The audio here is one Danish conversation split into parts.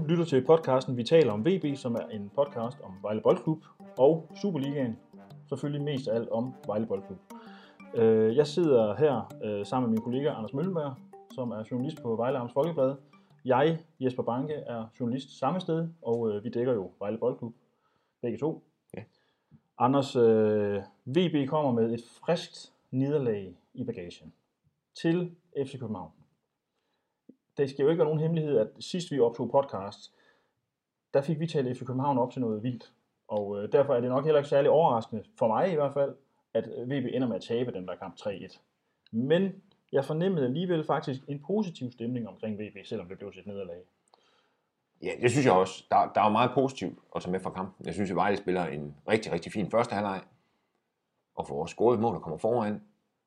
lytter til podcasten Vi taler om VB, som er en podcast om Vejle Boldklub og Superligaen. Selvfølgelig mest af alt om Vejle Boldklub. Jeg sidder her sammen med min kollega Anders Møllenberg, som er journalist på Vejle Amts Folkeblad. Jeg, Jesper Banke, er journalist samme sted, og vi dækker jo Vejle Boldklub, begge to. Ja. Anders, VB kommer med et friskt nederlag i bagagen til FC København. Det skal jo ikke være nogen hemmelighed, at sidst vi optog podcast, der fik vi talt FC København op til noget vildt. Og derfor er det nok heller ikke særlig overraskende, for mig i hvert fald, at VB ender med at tabe den der kamp 3-1. Men jeg fornemmede alligevel faktisk en positiv stemning omkring VB, selvom det blev til et nederlag. Ja, det synes jeg også. Der er meget positivt at tage med fra kampen. Jeg synes, at Vejle spiller en rigtig, rigtig fin første halvleg. Og får scoret et mål, der kommer foran.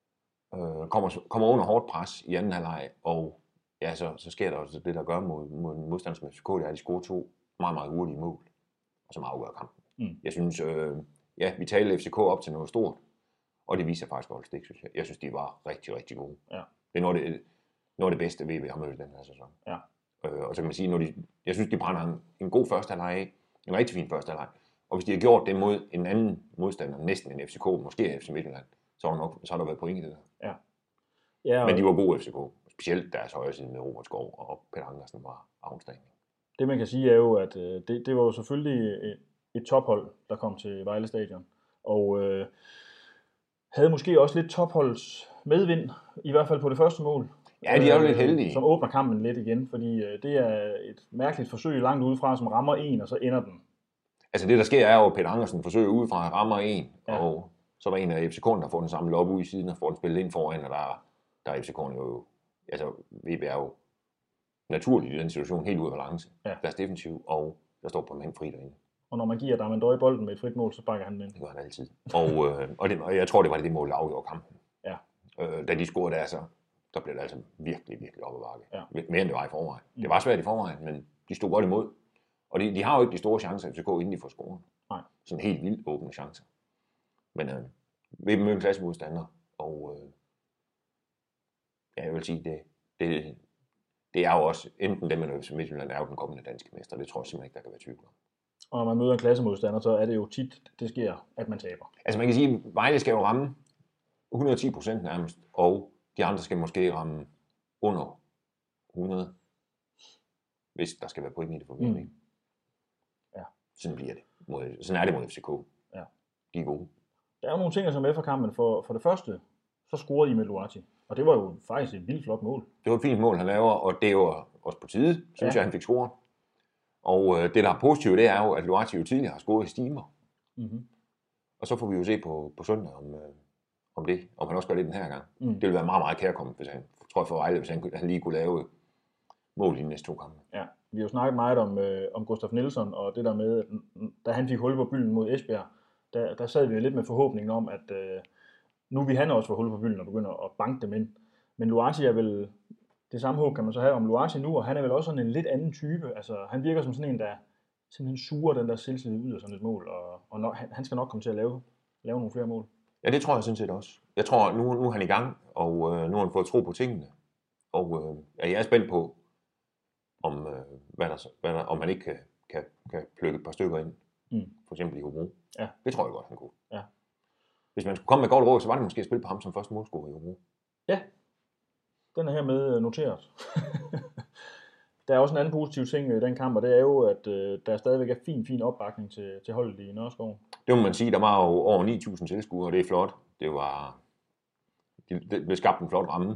Kommer under hårdt pres i anden halvleg. Og ja, så sker der også det, der gør mod modstanders med FCK. Det er, at de scorer 2 meget, meget hurtige mål. Og som afgør kampen. Jeg synes, vi talte FCK op til noget stort. Og det viser faktisk godt stik, synes jeg. Jeg synes, de var rigtig, rigtig gode. Ja. Det er noget af det bedste, VB har mødt den her sæson. Ja. Og så kan man sige, jeg synes, de brænder en god første halvleg af. En rigtig fin første halvleg. Og hvis de har gjort det mod en anden modstander, næsten en FCK, måske FC Midtjylland, så har der været point i det der. Ja. Ja, men de var gode FCK. Specielt deres højre side med Robert Skov og Peter Ankersen var afstanding. Det man kan sige er jo, at det var jo selvfølgelig et tophold, der kom til Vejle Stadion. Og havde måske også lidt topholds medvind, i hvert fald på det første mål. Ja, de er jo lidt heldige. Som åbner kampen lidt igen, fordi det er et mærkeligt forsøg langt udefra, som rammer en, og så ender den. Altså det, der sker, er jo, at Peter Ankersen forsøger udefra, rammer en, ja. Og så var en af FCK'erne, der får den samlet op ude i siden, og får den spillet ind foran, og der er FCK'erne jo, altså VB er jo naturligt i den situation, helt ude af balance. Ja. Deres defensiv, og der står på mand fri derinde. Og når man giver Damendøj bolden med et frit mål, så bakker han den ind. Det gør han altid. Og jeg tror, det var det mål, der afgjorde kampen. Ja. Da de scorede der, så blev det altså virkelig, virkelig op ad bakke. Ja. Mere end det var i forvejen. Det var svært i forvejen, men de stod godt imod. Og de har jo ikke de store chancer, FCK, inden de får scoret. Nej. Sådan helt vildt åbne chancer. Men vi møder en klassemodstander, og jeg vil sige, det er jo også, enten dem eller FC Midtjylland er jo den kommende danske mester. Det tror jeg simpelthen ikke, der kan være tvivl om. Og når man møder en klassemodstander, så er det jo tit, det sker, at man taber. Altså man kan sige, at Vejle skal jo ramme 110% nærmest, og de andre skal måske ramme under 100, hvis der skal være point i det for VB. Ja. Sådan bliver det. Sådan er det mod FCK. Ja. De er gode. Der er jo nogle ting, som er fra kampen. For det første, så scorede Emil Luati. Og det var jo faktisk et vildt flot mål. Det var et fint mål, han laver, og det var også på tide, synes jeg, han fik scoret. Og det, der er positivt, det er jo, at Luati jo tidligere har scoret i stimer. Mm-hmm. Og så får vi jo se på søndag, om han også gør det den her gang. Det ville være meget, meget kærkommet, hvis han, tror jeg for Vejle, hvis han lige kunne lave mål i de næste 2 kampe. Ja, vi har jo snakket meget om Gustaf Nielsen, og det der med, da han fik hul på bylden mod Esbjerg, der sad vi jo lidt med forhåbningen om, at nu vil han også få hul på bylden og begynder at banke dem ind. Men Luati er vel, det samme håb kan man så have om Luati nu, og han er vel også sådan en lidt anden type. Altså, han virker som sådan en, der simpelthen suger den der selvtillid ud af sådan et mål, og han skal nok komme til at lave nogle flere mål. Ja, det tror jeg sådan set også. Jeg tror, nu er han i gang, og nu har han fået tro på tingene. Og jeg er spændt på, om han ikke kan plukke et par stykker ind. For eksempel i Hobro. Ja. Det tror jeg godt, han kunne. Ja. Hvis man skulle komme med godt råd, så var det måske at spille på ham som første målscorer i Hobro. Ja, den er hermed noteret. Der er også en anden positiv ting i den kamp, og det er jo, at der stadigvæk er fin opbakning til holdet i Nørreskov. Det må man sige, der var jo over 9.000 tilskuere, og det er flot. Det blev skabt en flot ramme.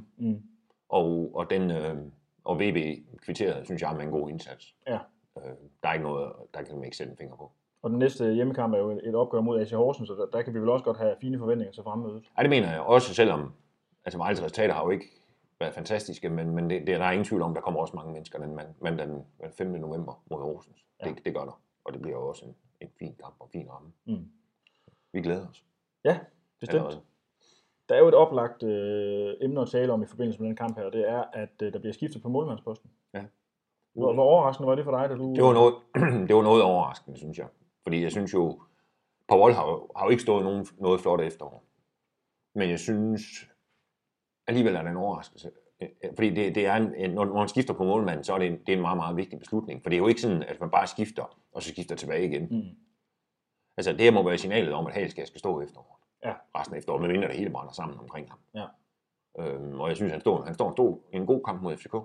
Og VB kvitterede, synes jeg, med en god indsats. Ja. Der er ikke noget, der kan man ikke sætte en finger på. Og den næste hjemmekamp er jo et opgør mod AC Horsens, så der kan vi vel også godt have fine forventninger til fremmødet. Ja, det mener jeg også, selvom Vejles resultater har jo ikke været fantastiske, men der er ingen tvivl om, der kommer også mange mennesker den mandag den 5. november mod Horsens. Ja. Det gør der, og det bliver jo også en fin kamp og en fin ramme. Vi glæder os. Ja, bestemt. Der er jo et oplagt emne at tale om i forbindelse med den kamp her, og det er, at der bliver skiftet på målmandsposten. Ja. Hvor overraskende var det for dig, da du... Det var noget overraskende, synes jeg. Fordi jeg synes jo, Paul har jo ikke stået noget flot efterår. Men jeg synes, alligevel er det en overraskelse, fordi det er når man skifter på målmanden, så er det en meget, meget vigtig beslutning. For det er jo ikke sådan, at man bare skifter, og så skifter tilbage igen. Mm. Altså det her må være signalet om, at Halskær skal stå efteråret. Ja. Resten af efteråret, medmindre det hele brænder sammen omkring ham. Ja. Og jeg synes, han står i en god kamp mod FCK.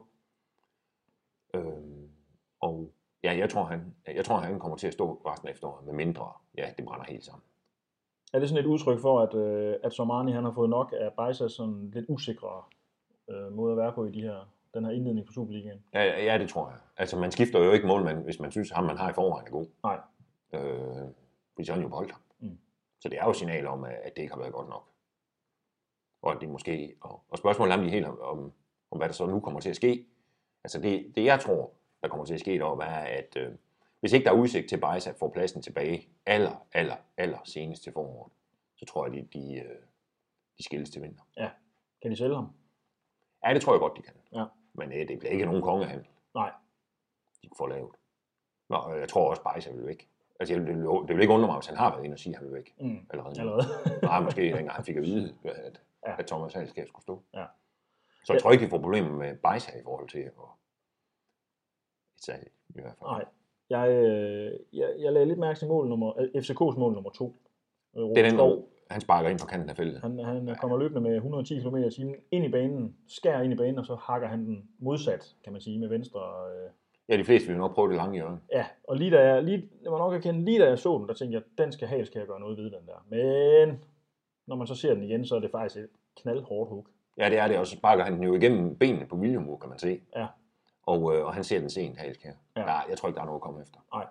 Og ja, jeg tror, han kommer til at stå resten af efteråret, med mindre, det brænder helt sammen. Er det sådan et udtryk for, at Sormani han har fået nok af Bajsas sådan lidt usikre måde at være på i den her indledning på Superligaen? Ja, det tror jeg. Altså, man skifter jo ikke målmand, hvis man synes, at ham, man har i forvejen, er god. Nej. Fordi så er han jo beholdt ham. Mm. Så det er jo signal om, at det ikke har været godt nok. Og at det måske... Og spørgsmålet er helt om, hvad der så nu kommer til at ske. Altså, det jeg tror, der kommer til at ske deroppe, er, at hvis ikke der er udsigt til Bajsa at få pladsen tilbage aller senest til foråret, så tror jeg, de skilles til vinter. Ja. Kan de sælge ham? Ja, det tror jeg godt, de kan. Ja. Men det bliver ikke nogen kongehandel. Nej. De får lavet. Nå, jeg tror også, Bajsa vil væk. Altså, det vil ikke undre mig, hvis han har været inde og sige, at han vil væk. Allerede. Nej, måske dengang han fik at vide, at Thomas Halskær skulle stå. Ja. Så jeg tror ikke, de får problemer med Bajsa i forhold til et salg, i hvert fald. Nej. Jeg lagde lidt mærke til FCK's mål nummer 2. Det er den, hvor han sparker ind på kanten af feltet. Han kommer løbende med 110 km/t ind i banen, skærer ind i banen, og så hakker han den modsat, kan man sige, med venstre. Ja, de fleste vil nok prøve det lange hjørne. Ja, og jeg må nok erkende, lige da jeg så den, der tænkte jeg, den skal Halskær gøre noget ved, den der. Men når man så ser den igen, så er det faktisk et knaldhårdt hook. Ja, det er det, og så sparker han den jo igennem benene på William, kan man se. Ja. Og han ser den sent, Halskær. Ja. Jeg tror ikke, der er noget at komme efter. Nej.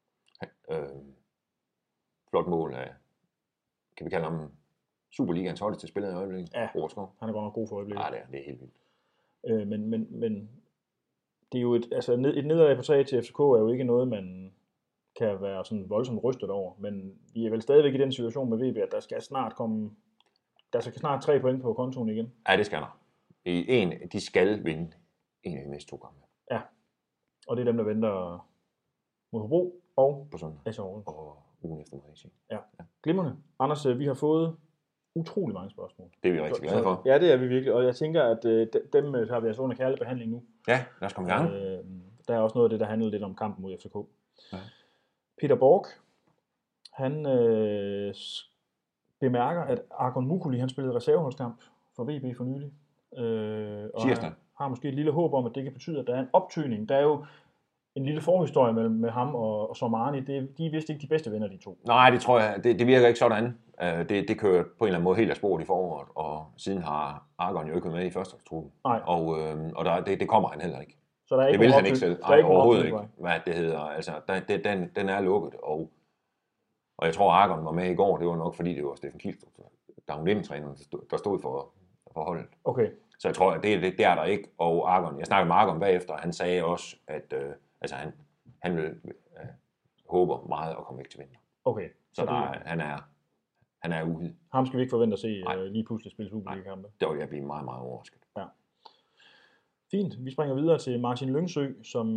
Flot mål af, kan vi kalde ham Superligaens holdeste spiller i øjeblikket? Ja, Roskov. Han er godt nok god for øjeblikket. Ja, det er helt vildt. Men det er jo et nederlag på 3 til FCK er jo ikke noget, man kan være sådan voldsomt rystet over. Men vi er vel stadigvæk i den situation med VB, at der skal snart 3 point på kontoen igen. Ja, det skal der. De skal vinde en af de næste 2 gange. Ja, og det er dem, der venter mod Hobro og på søndag. Og ugen efter Malaysia. Ja, glimrende. Anders, vi har fået utrolig mange spørgsmål. Det er vi rigtig glade for. Ja, det er vi virkelig, og jeg tænker, at dem har vi altså under kærlig behandling nu. Ja, lad os komme i gang. Der er også noget af det, der handler lidt om kampen mod FCK. Ja. Peter Borg, han bemærker, at Argon Mukuli, han spillede reserveholdskamp for VB for nylig. Og har måske et lille håb om, at det kan betyde, at der er en optøning. Der er jo en lille forhistorie med ham og Sormani. De er vist ikke de bedste venner, de to. Nej, det tror jeg. Det virker ikke sådan. Det kører på en eller anden måde helt af sporet i foråret, og siden har Argon jo ikke været med i førsteholdstruppen. Og det kommer han heller ikke. Så der er ikke det vil han ikke selv. Overhovedet ikke. Hvad det hedder. Altså, den er lukket, og jeg tror, Argon var med i går. Det var nok, fordi det var Steffen Kielstrup, der var træneren, der stod for holdet. Okay. Så jeg tror, at det er der ikke. Og Argon, jeg snakkede med Argon bagefter, og han sagde også, at han vil håber meget at komme væk til vinter. Okay. Så han er ude. Ham skal vi ikke forvente at se lige pludselig spille Superliga-kampe. Der vil jeg blive meget, meget overrasket. Ja. Fint. Vi springer videre til Martin Lyngsø,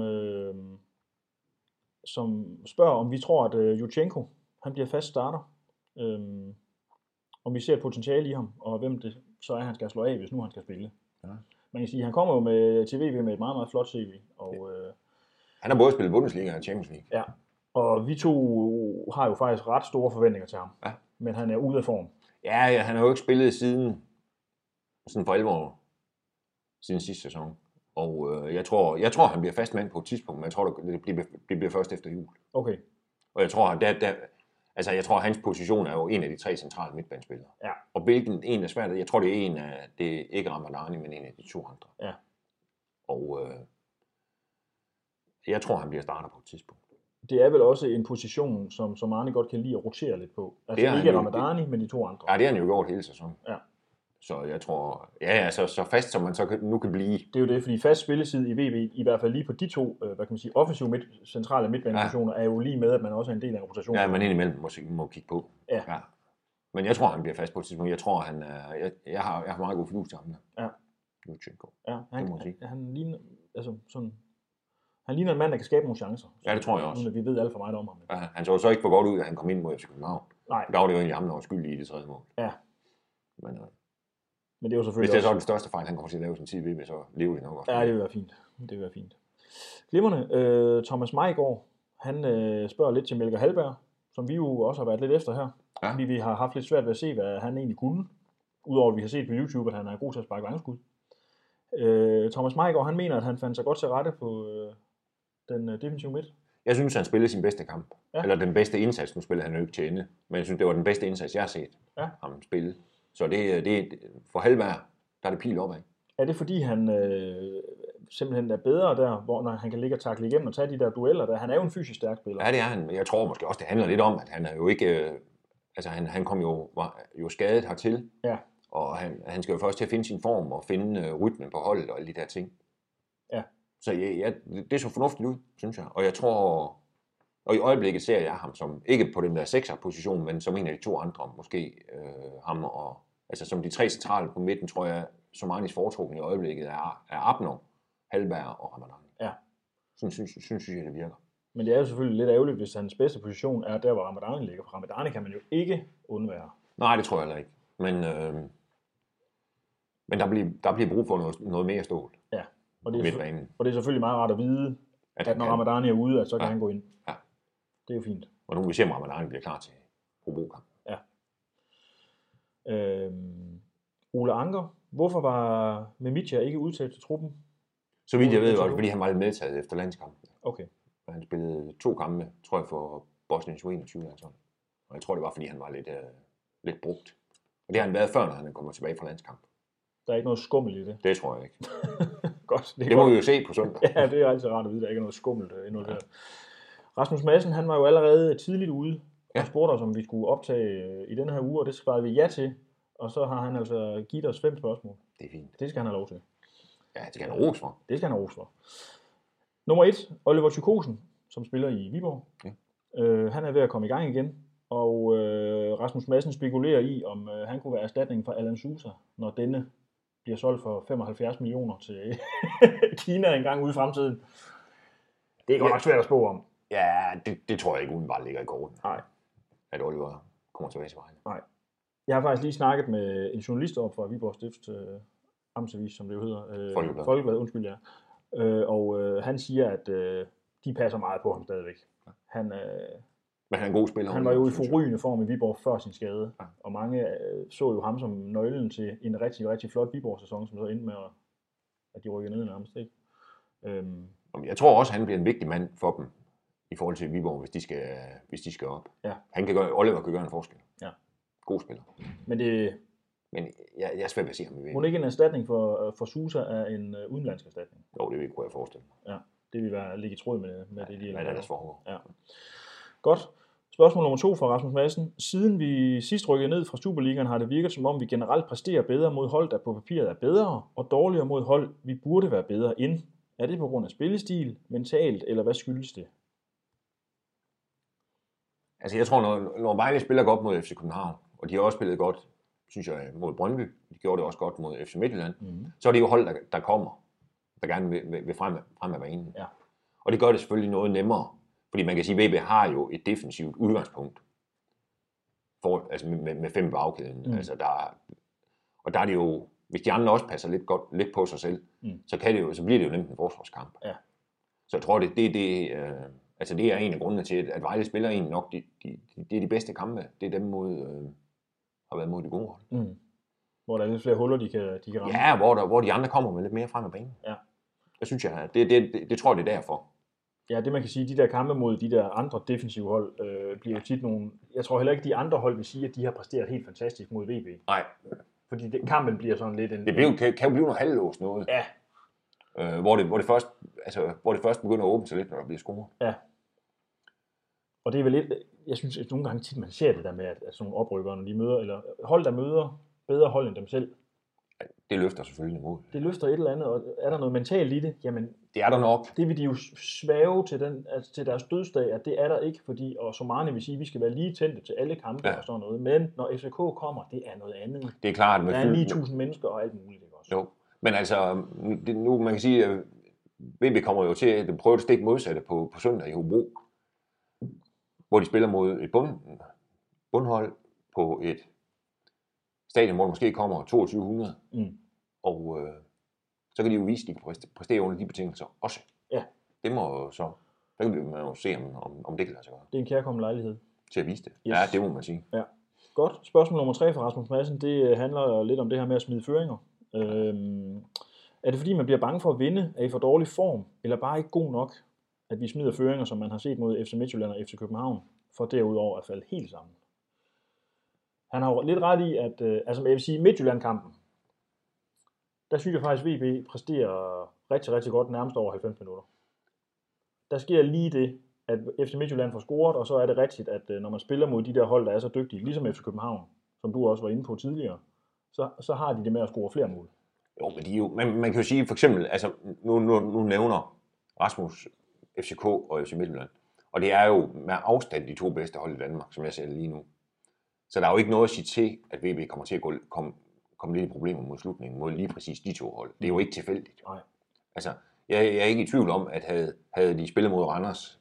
som spørger, om vi tror, at Jutchenko, han bliver fast starter. Om vi ser et potentiale i ham, og hvem det så er, han skal slå af, hvis nu han skal spille. Ja. Man kan sige, at han kommer jo til VB med et meget, meget flot CV. Og, han har både spillet Bundesliga og Champions League. Ja, og vi to har jo faktisk ret store forventninger til ham. Ja. Men han er ude af form. Ja, han har jo ikke spillet siden sådan for 11 år. Siden sidste sæson. Og jeg tror, han bliver fast mand på et tidspunkt, men jeg tror, det bliver først efter jul. Okay. Og jeg tror, jeg tror, hans position er jo en af de 3 centrale midtbanespillere. Ja. Og hvilken en er svært, jeg tror, det er en af, det er ikke Ramadani, men en af de 2 andre. Ja. Og jeg tror, han bliver starter på et tidspunkt. Det er vel også en position, som Arne godt kan lide at rotere lidt på. Altså ikke Ramadani, men de 2 andre. Ja, det har han jo gjort hele sæsonen. Ja. Så jeg tror, så fast som man så nu kan blive. Det er jo det, fordi fast spilletid i VB, i hvert fald lige på de 2, hvad kan man sige, offensive centrale midtbanepositioner, er jo lige med, at man også er en del af en rotation. Ja, man indimellem må kigge på. Ja. Men jeg tror, han bliver fast på et tidspunkt. Jeg tror, han er, jeg har meget god fidus til ham der. Ja. Ja, han ligner, altså sådan, han ligner en mand, der kan skabe nogle chancer. Ja, det tror jeg også. Vi ved alt for meget om ham. Ja, han så så ikke for godt ud, at han kom ind mod FC København. Nej. Der var det jo egentlig ham, der var skyldig i det 3. mål. Ja. Men Men det er jo Hvis selvfølgelig det er så også... den største fejl, han kommer til at lave sin tid ved, så lever det nok også. Ja, det vil være fint. Det vil være fint. Glimrende. Thomas Mejgaard, han spørger lidt til Melker Hallberg, som vi jo også har været lidt efter her. Ja. Fordi vi har haft lidt svært ved at se, hvad han egentlig kunne. Udover at vi har set på YouTube, at han er god til at sparke langskud. Thomas Mejgaard, han mener, at han fandt sig godt til rette på den defensive midt. Jeg synes, han spillede sin bedste kamp. Ja. Eller den bedste indsats. Nu spillede han jo ikke til ende. Men jeg synes, det var den bedste indsats, jeg har set ham spille. Så det for Hallberg, der er det pil opad. Er det fordi, han simpelthen er bedre der, hvor når han kan ligge og takle igennem og tage de der dueller der? Han er jo en fysisk stærk spiller. Ja, det er han. Men jeg tror måske også, det handler lidt om, at han er jo ikke... altså, han kom jo skadet hertil. Ja. Og han skal jo først til at finde sin form og finde rytmen på holdet og alle de der ting. Ja. Så det så fornuftigt ud, synes jeg. Og jeg tror... Og i øjeblikket ser jeg ham som, ikke på den der 6'er-position, men som en af de to andre, måske ham og... Altså som de tre centrale på midten, tror jeg, Somanis foretrukne i øjeblikket er Abner, Hallberg og Ramadan. Ja. Sådan synes jeg, det virker. Men det er jo selvfølgelig lidt ærgerligt, hvis hans bedste position er der, hvor Ramadani ligger. For Ramadani kan man jo ikke undvære. Nej, det tror jeg heller ikke. Men der bliver brug for noget mere stål. Ja, og det er selvfølgelig meget rart at vide, at når Ramadani er ude, at så kan han gå ind. Ja. Det er jo fint. Og nu vil vi se, om Ramadani bliver klar til Hobro-kamp. Ja. Ole Anker, hvorfor var Memića ikke udtaget til truppen? Så vidt jeg ved, var det fordi han var lidt medtaget efter landskampen. Okay. Og han spillede 2 kampe, tror jeg, for Bosniens U21-landshold. Og jeg tror, det var, fordi han var lidt brugt. Og det har han været før, når han kommer tilbage fra landskamp. Der er ikke noget skummelt i det? Det tror jeg ikke. Godt. Det må vi jo se på søndag. Ja, det er altid rart at vide, at der ikke er noget skummelt involveret. Ja. Rasmus Madsen, han var jo allerede tidligt ude og spurgte os, om vi skulle optage i denne her uge, og det svarede vi ja til. Og så har han altså givet os 5 spørgsmål. Det er fint. Det skal han have lov til. Ja, det skal han ros for. Det skal han have ros for. Nummer 1, Oliver Thykosen, som spiller i Viborg. Ja. Han er ved at komme i gang igen. Og Rasmus Madsen spekulerer i, om han kunne være erstatningen for Alan Sousa, når denne bliver solgt for 75 millioner til Kina en gang ude i fremtiden. Det er godt nok svært at spå om. Ja, det tror jeg ikke umiddelbart ligger i korten. Nej. At Oliver kommer tilbage til vejen. Nej. Jeg har faktisk lige snakket med en journalist op fra Viborg Stift Amtsavis, som det jo hedder. Folkeblad, undskyld, ja. Og han siger, at de passer meget på ham stadigvæk. Ja. Men han er en god spiller. Han var jo i forrygende form i Viborg før sin skade. Ja. Og mange så jo ham som nøglen til en rigtig, rigtig flot Viborg-sæson, som så endte med, at de rykker ned nærmest. Ikke? Jeg tror også, at han bliver en vigtig mand for dem i forhold til Viborg, hvis de skal op. Ja. Oliver kan gøre en forskel. Ja. God spiller. Men jeg er svært ved at sige ham. Må det ikke en erstatning for Sousa er en udenlandsk erstatning? Jo, det kunne jeg forestille mig. Ja, det vil ligge i tråd med det. Hvad er der foregår? Ja. Godt. Spørgsmål nummer 2 fra Rasmus Madsen. Siden vi sidst rykkede ned fra Superligaen, har det virket som om, vi generelt præsterer bedre mod hold, der på papiret er bedre, og dårligere mod hold, vi burde være bedre end. Er det på grund af spillestil, mentalt, eller hvad skyldes det? Altså jeg tror, når Vejle spiller godt mod FC København, og de har også spillet godt, synes jeg, mod Brøndby, de gjorde det også godt mod FC Midtjylland, så er det jo hold, der kommer, der gerne vil frem af banen. Ja. Og det gør det selvfølgelig noget nemmere, fordi man kan sige, at VB har jo et defensivt udgangspunkt, altså med 5 bagkæden. Altså og der er det jo, hvis de andre også passer lidt på sig selv, så bliver det jo nemt en forsvarskamp. Ja. Så jeg tror, det er en af grundene til, at Vejle spiller egentlig nok, det er de bedste kampe. Det er dem har været mod de gode hold. Hvor der er lidt flere huller, de kan ramme. Ja, hvor de andre kommer med lidt mere frem af banen. Ja. Det synes jeg, det tror jeg, det er derfor. Ja, det man kan sige, de der kampe mod de der andre defensive hold, bliver jo tit nogle... Jeg tror heller ikke, de andre hold vil sige, at de har præsteret helt fantastisk mod VB. Nej. Fordi kampen bliver sådan lidt en... Det kan jo blive noget halvlåst noget. Ja. Hvor det først begynder at åbne sig lidt, når der bliver scoret. Ja. Og det er vel lidt... Jeg synes, at nogle gange tit man ser det der med, at sådan nogle oprykkere, når de møder... Eller hold, der møder bedre hold end dem selv. Det løfter selvfølgelig mod. Det løfter et eller andet, og er der noget mentalt i det? Jamen, det er der nok. Det vil de jo svæve til deres dødsdag, at det er der ikke, fordi, og Somani vil sige, at vi skal være lige tændte til alle kampe og sådan noget, men når FCK kommer, det er noget andet. Det er klart. Der er 9.000 mennesker og alt muligt, ikke også? Jo, men altså, nu man kan sige, at VB kommer jo til at prøve at stikke modsatte på søndag i Hobro, hvor de spiller mod et bundhold på et stadion, hvor der måske kommer 2200, og så kan de jo vise, at de kan præstere under de betingelser også. Ja. Det må så, der kan vi jo se, om det kan lade sig gøre. Det er en kærkommende lejlighed. Til at vise det. Yes. Yes. Ja, det må man sige. Ja. Godt. Spørgsmål nummer 3 fra Rasmus Madsen, det handler lidt om det her med at smide føringer. Er det fordi, man bliver bange for at vinde, er i for dårlig form, eller bare ikke god nok, at vi smider føringer, som man har set mod FC Midtjylland og FC København, for derudover at falde helt sammen? Han har jo lidt ret i, at jeg vil sige, Midtjylland-kampen, der synes jeg faktisk, at VB præsterer rigtig, rigtig godt nærmest over 90 minutter. Der sker lige det, at FC Midtjylland får scoret, og så er det rigtigt, at når man spiller mod de der hold, der er så dygtige, ligesom FC København, som du også var inde på tidligere, så har de det med at score flere mål. Jo, men de er jo, man kan jo sige for eksempel, altså nu nævner Rasmus FCK og FC Midtjylland, og det er jo med afstand de 2 bedste hold i Danmark, som jeg ser det lige nu. Så der er jo ikke noget at sige til, at VB kommer til at komme lidt i problemer mod slutningen, mod lige præcis de 2 hold. Det er jo ikke tilfældigt. Nej. Altså, jeg er ikke i tvivl om, at havde de spillet mod Randers,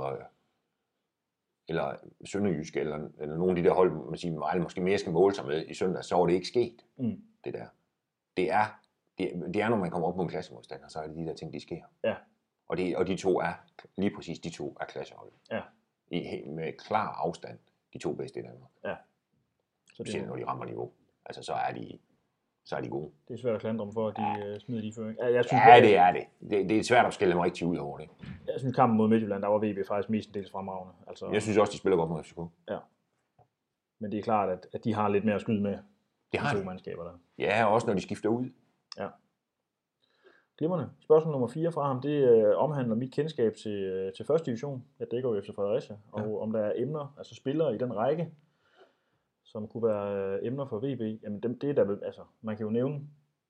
eller Sønderjysk, eller nogle af de der hold, man siger, måske mere skal måle sig med i søndag, så var det ikke sket, det der. Det er, når man kommer op mod en klassemodstander, så er det de der ting, de sker. Ja. Og de 2 er, lige præcis de 2 er klassehold. Ja. Med klar afstand, de 2 bedste i Danmark. Ja. Specielt når de rammer niveau. Altså, så er de gode. Det er svært at klandre dem for, at de smider de føringer. Jeg synes, det er det. Det er svært at skille dem rigtig ud over det. Jeg synes, kampen mod Midtjylland, der var VB faktisk mestendels fremragende. Altså, jeg synes også, de spiller godt mod FCK. Ja. Men det er klart, at de har lidt mere at skyde med. Det har de 2 mandskaber der. Ja, også når de skifter ud. Ja. Glimrende. Spørgsmål nummer 4 fra ham, det omhandler mit kendskab til første division. Jeg dækker jo FC Fredericia. Og om der er emner, altså spillere i den række, som kunne være emner for VB, jamen det er der, altså man kan jo nævne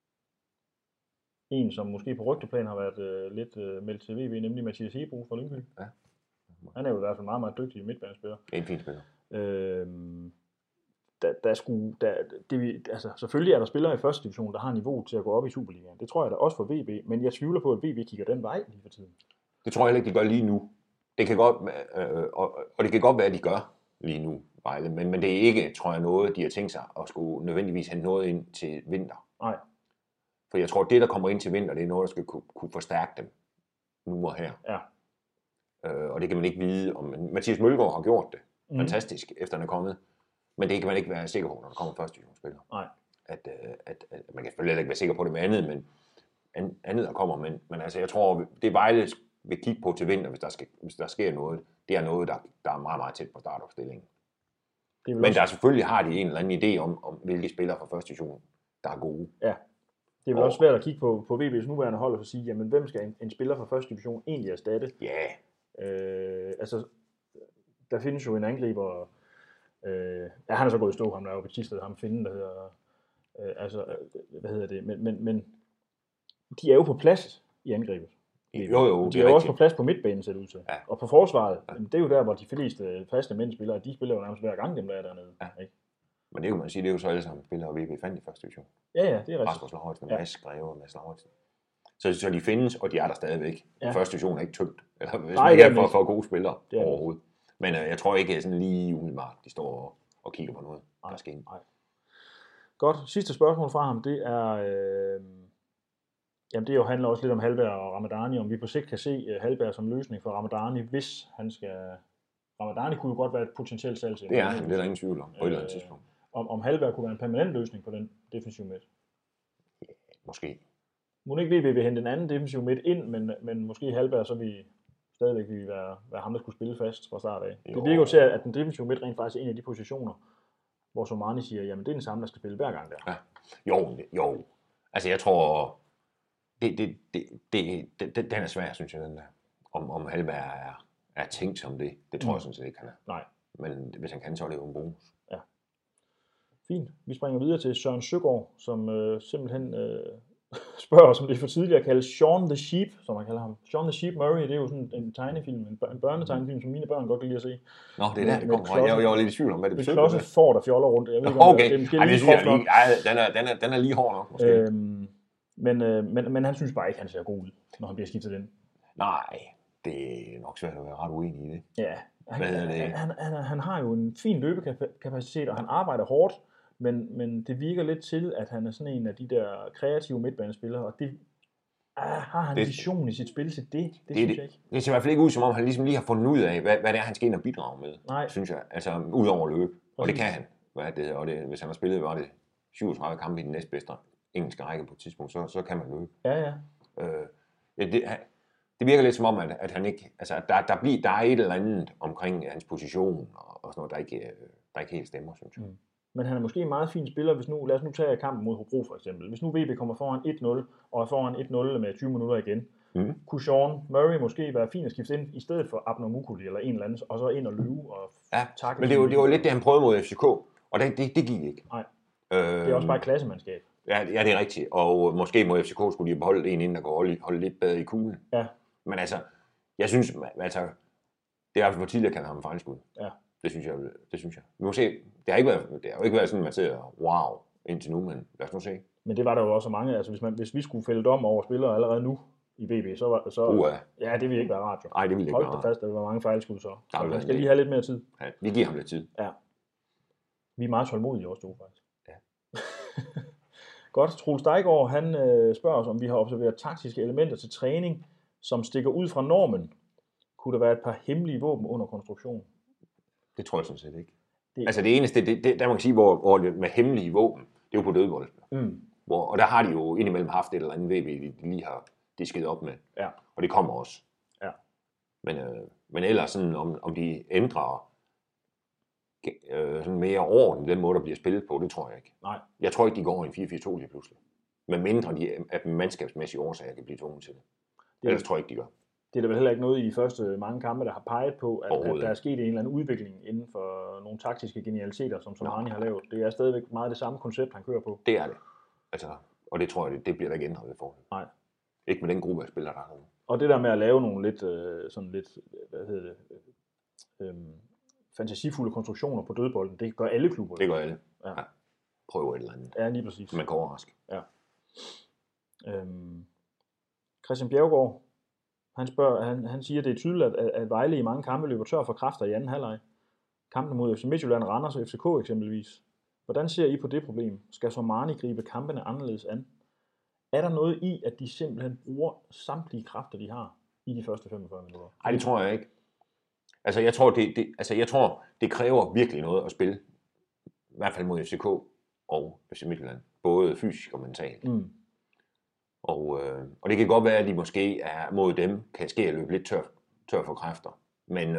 en, som måske på rygteplan har været lidt meldt til VB, nemlig Mathias Hebro fra Lyngby. Ja. Han er jo i hvert fald meget, meget dygtig midtbanespiller. Det er en fin spiller. Altså selvfølgelig er der spillere i første division, der har niveau til at gå op i Superligaen. Det tror jeg da også for VB, men jeg tvivler på, at VB kigger den vej lige for tiden. Det tror jeg ikke, de gør lige nu. Det kan godt, og det kan godt være, at de gør lige nu, Vejle, men det er ikke, tror jeg, noget, de har tænkt sig at skulle nødvendigvis have noget ind til vinter. Nej. For jeg tror, at det, der kommer ind til vinter, det er noget, der skal kunne forstærke dem nu og her. Ja. Og det kan man ikke vide, om Mathias Mølgaard har gjort det fantastisk, efter han er kommet. Men det kan man ikke være sikker på, når der kommer første divisionsspillere. Nej. At man kan selvfølgelig ikke være sikker på det med andet, men andet der kommer. Men altså, jeg tror, det Vejle vil kigge på til vinter, hvis der sker noget, det er noget, der er meget, meget tæt på startopstillingen. Men der selvfølgelig har de en eller anden idé om hvilke spillere fra første division, der er gode. Ja. Det er vel også svært at kigge på VB's nuværende hold og så sige, jamen hvem skal en spiller fra første division egentlig erstatte? Ja. Altså, der findes jo en angriber, han er så gået i stå, ham der er jo Batista, ham finden, der hedder, hvad hedder det, men de er jo på plads i angrebet. Jo, de er jo også på plads på midtbanen, ser det ud til. Ja. Og på forsvaret, det er jo der, hvor de fleste faste mændspillere, de spiller jo nærmest hver gang, dem der er dernede. Ja. Ikke? Men det kan man sige, det er jo så alle sammen spillere, VB fandt i første division. Ja, det er rigtigt. Rasmus Lauritsen, Mads Greve og Mads Lauritsen. Så de findes, og de er der stadigvæk. Ja. Første division er ikke tømt. Eller hvis man ikke er for gode spillere overhovedet. Men jeg tror ikke sådan lige umiddelbart, de står og kigger på noget, der skal ind. Godt. Sidste spørgsmål fra ham, det er... Jamen det jo handler også lidt om Hallberg og Ramadani, om vi på sigt kan se Hallberg som løsning for Ramadani, hvis han skal... Ramadani kunne jo godt være et potentielt salg til. Det er han, det er der ingen tvivl om, på et eller andet tidspunkt. Om Hallberg kunne være en permanent løsning på den defensive midt? Ja, måske. Må ikke vi vil hente en anden defensiv midt ind, men måske Hallberg, så vi stadigvæk vil være ham, der skulle spille fast fra start af. Jo. Det virker jo til, at den defensive midt rent faktisk er en af de positioner, hvor Somani siger, jamen det er den samme, der skal spille hver gang der. Ja. Jo. Altså jeg tror, den er svær, synes jeg, den der. Om Hallberg er tænkt som det. Det tror jeg sådan set ikke, han er. Nej. Men hvis han kan, så er det jo en bonus. Ja. Fint. Vi springer videre til Søren Søgaard, som simpelthen spørger, som det er for tidligt at kalde Shaun the Sheep, som man kalder ham. Shaun the Sheep Murray, det er jo sådan en tegnefilm, en børnetegnefilm, som mine børn godt kan lide at se. Nå, det er der, det kommer fra. Jeg var lidt i tvivl om, hvad det betyder. Det er klodset får, der fjoller rundt. Jeg ved ikke, om okay. Det er måske lige den er lige hård nok, måske. Men han synes bare ikke, han ser god ud, når han bliver skiftet ind. Nej, det er nok svært at være ret uenig i det. Ja, han har jo en fin løbekapacitet, og han arbejder hårdt, Men det virker lidt til, at han er sådan en af de der kreative midtbanespillere, og det har han vision i sit spil til det? Det synes jeg ikke. Det ser i hvert fald ikke ud, som om han ligesom lige har fundet ud af, hvad det er, han skal ind og bidrage med. Nej. Synes jeg. Altså, ud over løb. Og det Præcis. kan han. Og hvis han har spillet, var det 37 kampe i den næstbedste engelske række på et tidspunkt, så kan man løbe. Ja. Det virker lidt som om, at han ikke... Altså, der er et eller andet omkring hans position og sådan noget, der ikke helt stemmer, synes jeg. Men han er måske en meget fin spiller, lad os nu tage kampen mod Hobro for eksempel. Hvis nu VB kommer foran 1-0, og er foran 1-0 med 20 minutter igen, kunne Sean Murray måske være fin at skifte ind, i stedet for Abner Mukuli eller en eller anden, og så ind og løbe og tackle. Men det var lidt det, han prøvede mod FCK, og det gik ikke. Nej, det er også bare klassemandskab. Ja, det er rigtigt, og måske mod FCK skulle de beholde en inden, der går holde lidt bedre i kuglen. Ja. Men altså, jeg synes, det er i hvert fald for tidligere, kan han have en fejlskud. Ja. Det synes jeg. Vi må se. Det har jo ikke været sådan, at man ser wow indtil nu, men lad os nu se. Men det var der jo også mange. Altså, hvis vi skulle fælde dom over spillere allerede nu i BB, så ja, det ville ikke være rart. Nej, det ville ikke være rart. Hold da fast, der var mange fejlskud så. Så man skal lige have lidt mere tid. Ja, vi giver ham lidt tid. Ja. Vi er meget tålmodige også, du faktisk. Ja. Godt. Troels Dejgaard, han spørger os, om vi har observeret taktiske elementer til træning, som stikker ud fra normen. Kunne der være et par hemmelige våben under konstruktion? Det tror jeg sådan set ikke. Altså det eneste, der man kan sige, hvor det med hemmelige våben, det er jo på dødbold. Og der har de jo indimellem haft et eller andet VB, de lige har disket op med. Ja. Og det kommer også. Ja. Men ellers sådan, om de ændrer sådan mere orden, den måde, der bliver spillet på, det tror jeg ikke. Nej. Jeg tror ikke, de går i en 4-4-2 lige pludselig. Men mindre de af mandskabsmæssige årsager kan blive tvunget til det. Ellers tror jeg ikke, de gør. Det er der vel heller ikke noget i de første mange kampe, der har peget på, at der er sket en eller anden udvikling inden for nogle taktiske genialiteter, som Somani har lavet. Det er stadigvæk meget det samme koncept, han kører på. Det er det. Altså, og det tror jeg, det bliver der ikke ændret ved forhold. Nej. Ikke med den gruppe af spillere, der er nu. Og det der med at lave nogle lidt, fantasifulde konstruktioner på dødbolden, det gør alle klubber. Det gør alle. Ja. Prøver et eller andet. Ja, lige præcis. Man kan overraske. Ja. Christian Bjergård, han siger, at det er tydeligt, at Vejle i mange kampe løber tør for kræfter i anden halvleg. Kampen mod FC Midtjylland, Randers og FCK eksempelvis. Hvordan ser I på det problem? Skal Somani gribe kampene anderledes an? Er der noget i, at de simpelthen bruger samtlige kræfter, de har i de første 45 minutter? Nej, det tror jeg ikke. Altså, jeg tror, det kræver virkelig noget at spille. I hvert fald mod FCK og FC Midtjylland. Både fysisk og mentalt. Og det kan godt være, at de måske er mod dem, kan ske at løbe lidt tør for kræfter. Men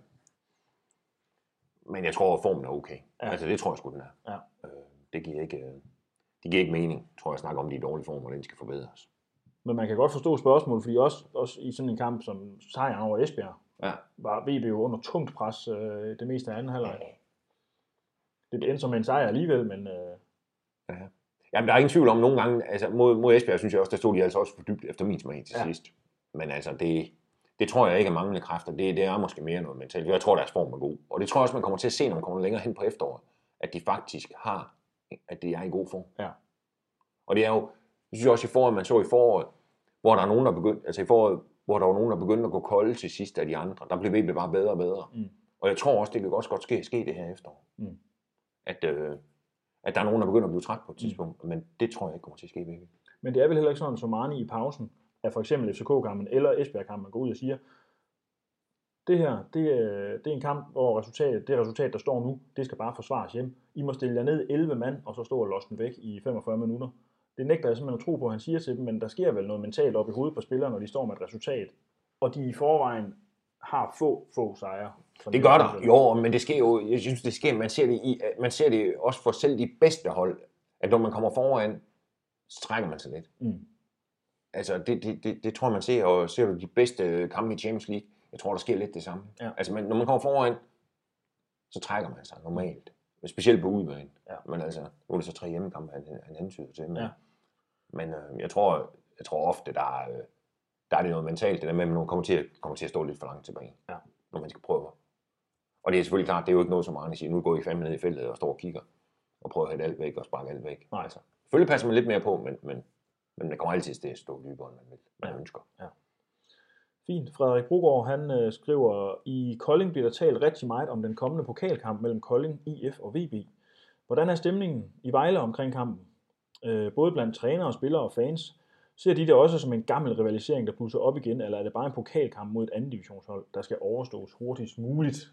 jeg tror, at formen er okay. Ja. Altså, det tror jeg sgu, den er. Ja. Det giver ikke mening, tror jeg, at snakke om, de er i dårlig form, og den skal forbedres. Men man kan godt forstå spørgsmålet, fordi også i sådan en kamp som sejren over Esbjerg, var VB jo under tungt pres det meste af anden halvleg. Det endte som en sejr alligevel, men... Jamen, der er ingen tvivl om nogle gange, altså mod Esbjerg, synes jeg også, der stod de altså også for dybt efter min smag til sidst. Men altså, det tror jeg ikke er manglende kræfter. Det er måske mere noget mentalt. Jeg tror, deres form er god. Og det tror jeg også, man kommer til at se, når man kommer længere hen på efteråret, at de faktisk at de er i god form. Ja. Og det er jo, jeg synes også i foråret, man så i foråret, hvor der er nogen, der begyndte, altså i foråret, hvor der var nogen, der begyndte at gå kolde til sidst af de andre. Der blev VB bare bedre og bedre. Og jeg tror også, det kan også godt ske det her efterår. At der er nogen, der begynder at blive træt på et tidspunkt, men det tror jeg ikke kommer til at ske ved. Men det er vel heller ikke sådan, at Somani i pausen af for eksempel FCK-kampen eller Esbjerg-kampen går ud og siger, det her, det er en kamp, hvor det resultat, der står nu, det skal bare forsvares hjem. I må stille jer ned 11 mand, og så stå og losse den væk i 45 minutter. Det nægter jeg simpelthen at tro på, at han siger til dem, men der sker vel noget mentalt op i hovedet på spillerne, når de står med et resultat. Og de i forvejen har få sejre. Det gør der, jo, men det sker jo, jeg synes, det sker, man ser det også for selv de bedste hold, at når man kommer foran, så trækker man sig lidt. Altså, det tror man ser, og ser du de bedste kampe i Champions League, jeg tror, der sker lidt det samme. Ja. Altså, når man kommer foran, så trækker man sig normalt. Specielt på udbanen. Ja. Men altså, nu er det så 3 hjemmekampe, han hentyder til. Men jeg tror ofte, der er det noget mentalt, det der med, at man kommer til at stå lidt for langt tilbage, når man skal prøve. Og det er selvfølgelig klart, det er jo ikke noget, som Arne siger, nu går I fandme ned i feltet og står og kigger, og prøver at hætte alt væk og sparke alt væk. Nej, altså. Selvfølgelig passer man lidt mere på, men det kommer altid til at stå dybere, end man ønsker. Ja. Fint. Frederik Brogaard, han skriver, i Kolding bliver der talt rigtig meget om den kommende pokalkamp mellem Kolding, IF og VB. Hvordan er stemningen i Vejle omkring kampen? Både blandt trænere, spillere og fans. Ser de det også som en gammel rivalisering, der plusser op igen, eller er det bare en pokalkamp mod et andet divisionshold, der skal overstås hurtigst muligt?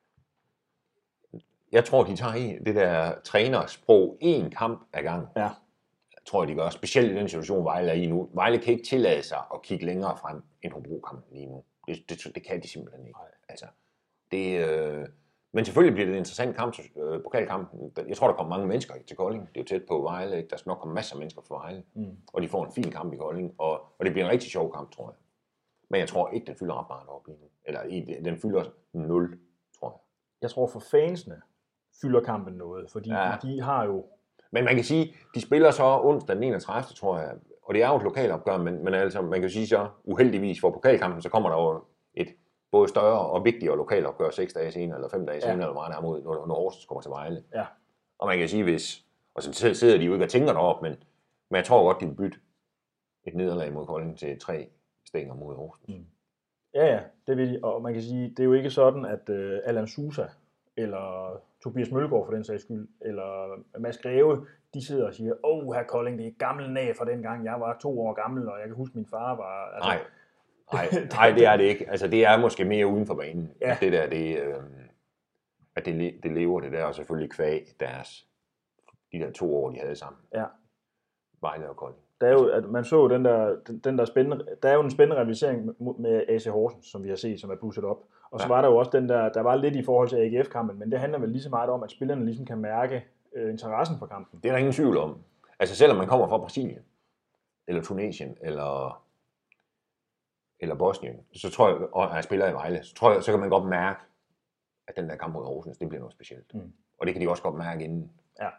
Jeg tror, de tager det der trænersprog en kamp ad gang. Ja. Jeg tror, de gør, specielt i den situation, Vejle er i nu. Vejle kan ikke tillade sig at kigge længere frem end Hobro-kampen lige nu. Det kan de simpelthen ikke. Altså, men selvfølgelig bliver det en interessant kamp, pokalkampen. Jeg tror, der kommer mange mennesker til Kolding. Det er jo tæt på Vejle. Ikke? Der skal nok komme masser af mennesker fra Vejle. Og de får en fin kamp i Kolding. Og det bliver en rigtig sjov kamp, tror jeg. Men jeg tror ikke, den fylder ret meget op lige nu. Eller den fylder 0, tror jeg. Jeg tror for fansene fylder kampen noget, fordi de har jo... Men man kan sige, de spiller så onsdag den 31. tror jeg. Og det er jo et lokalopgør, men altså, man kan sige så uheldigvis for pokalkampen, så kommer der jo et både større og vigtigere lokalopgør 6 dage senere, eller 5 dage senere, eller meget der mod, når Horsens kommer til Vejle. Ja. Og man kan sige, og så sidder de jo ikke og tænker derop, men jeg tror godt, de vil bytte et nederlag mod Kolding til 3 stænger mod Horsens. Ja, det vil de. Og man kan sige, det er jo ikke sådan, at Allan Sousa, eller Tobias Mølgaard for den sags skyld, eller Mads Greve, de sidder og siger, her Kolding, det er gammel nag fra dengang, jeg var 2 år gammel, og jeg kan huske, min far var... Altså, Nej, det er det ikke. Altså, det er måske mere uden for banen. Ja. Det der, at det lever det der, og selvfølgelig kvæg de der 2 år, de havde sammen. Ja. Vejle og Kolding. Der er jo, at man så den der spændende, der er jo en spændende rivalisering med AC Horsens, som vi har set, som er blusset op. Og så var der jo også den der var lidt i forhold til AGF-kampen, men det handler vel lige så meget om, at spillerne ligesom kan mærke interessen for kampen. Det er der ingen tvivl om. Altså selvom man kommer fra Brasilien, eller Tunesien, eller Bosnien, så tror jeg, og jeg spiller i Vejle, så kan man godt mærke, at den der kamp mod Horsens, det bliver noget specielt. Og det kan de også godt mærke inden. Ja.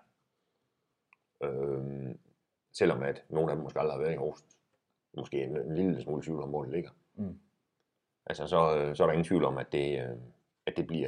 Selvom at nogle af dem måske aldrig har været i Horsens. Måske en lille smule tvivl om, hvor det ligger. Altså, så er der ingen tvivl om, at det bliver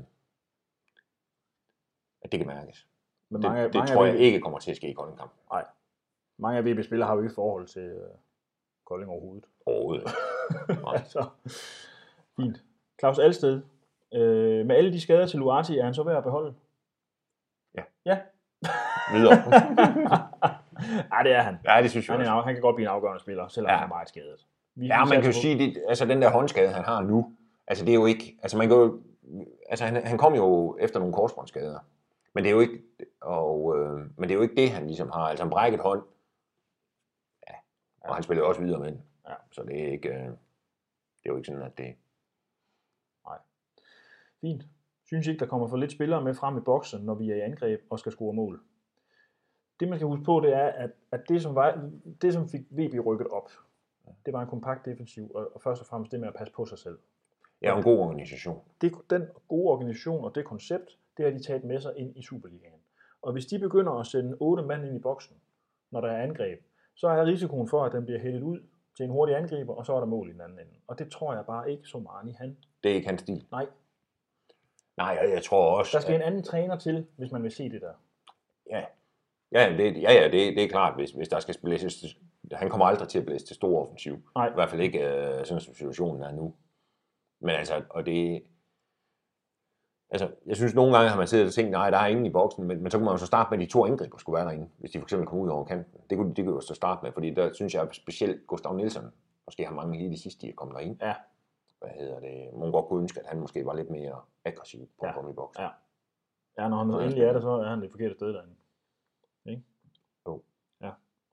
at det kan mærkes. Men det tror jeg ikke kommer til at ske i Kolding-kampen. Nej. Mange af VB-spillere har jo ikke forhold til Kolding overhovedet. Overhovedet. Så, fint. Claus Alsted, med alle de skader til Luati, er han så værd at beholde? Ja. Videre. Ja, det er han. Ja, det synes jeg også. Han kan godt blive en afgørende spiller, selvom han er meget skadet. Man kan jo sige, altså den der håndskade, han har nu, altså det er jo ikke, altså man kan jo, altså han kom jo efter nogle korsbåndsskader, men det er jo ikke, men det er jo ikke det, han ligesom har, altså han brækket hånd, og han spiller også videre med den, så det er ikke, det er jo ikke sådan, at det... Nej. Fint. Synes ikke, der kommer for lidt spillere med frem i boksen, når vi er i angreb og skal score mål. Det man skal huske på, det er, at det som fik VB rykket op, det var en kompakt defensiv, og først og fremmest det med at passe på sig selv. Ja, en god organisation. Den gode organisation og det koncept, det har de taget med sig ind i Superligaen. Og hvis de begynder at sende 8 mand ind i boksen, når der er angreb, så er risikoen for, at den bliver hældet ud til en hurtig angriber, og så er der mål i den anden ende. Og det tror jeg bare ikke så meget i han. Det er ikke hans stil. Nej, jeg tror også... Der skal en anden træner til, hvis man vil se det der. Det er klart, hvis der skal spilles. Han kommer aldrig til at blæse til stor offensiv. Nej. I hvert fald ikke sådan som situationen er nu. Men altså, og det... Altså, jeg synes nogle gange har man siddet og tænkt, nej, der er ingen i boksen, men så kunne man jo så starte med, at de 2 angriber skulle være derinde, hvis de for eksempel kom ud over kanten. Det kunne jo så starte med, fordi der synes jeg specielt Gustav Nielsen, måske har mange lige de sidste, de er kommet derind. Ja. Man godt kunne ønske, at han måske var lidt mere aggressiv på at komme i boksen. Ja, når han endelig er der, så er han det forkerte sted derinde. Ikke? Jo. Ja.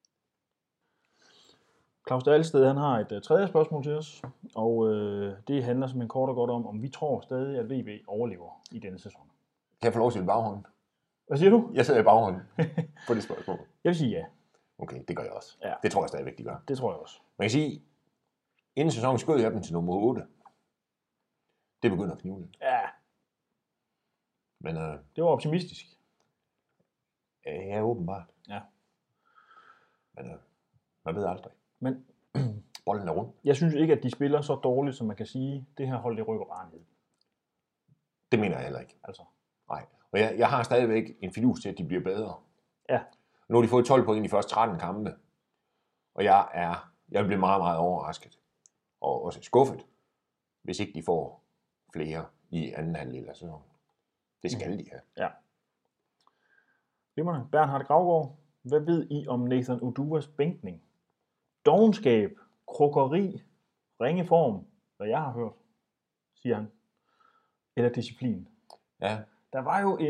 Claus Dalsted, han har et tredje spørgsmål til os, og det handler simpelthen kort og godt om vi tror stadig, at VB overlever i denne sæson. Kan jeg få lov til baghånden? Hvad siger du? Jeg sidder i baghånden på det spørgsmål. Jeg vil sige ja. Okay, det gør jeg også. Ja. Det tror jeg stadigvæk, de gør. Det tror jeg også. Man kan sige, inden sæsonen skød jeg dem til nummer 8. Det begynder at knive lidt. Ja. Men det var optimistisk. Ja, åbenbart. Ja. Men man ved aldrig. Men bolden er rundt. Jeg synes ikke, at de spiller så dårligt, som man kan sige, det her hold, det rykker bare ned. Det mener jeg heller ikke. Altså. Nej. Og jeg har stadigvæk en fidus til, at de bliver bedre. Ja. Nu har de fået 12 point i de første 13 kampe. Og jeg bliver meget, meget overrasket. Og også skuffet, hvis ikke de får flere i anden halvdel af sæsonen. Det skal de have. Ja. Glimrende. Bernhard Gravgaard, hvad ved I om Nathan Oduas bænkning? Dovenskab, krukkeri, ringe form, hvad jeg har hørt, siger han. Eller disciplin. Ja. Der var jo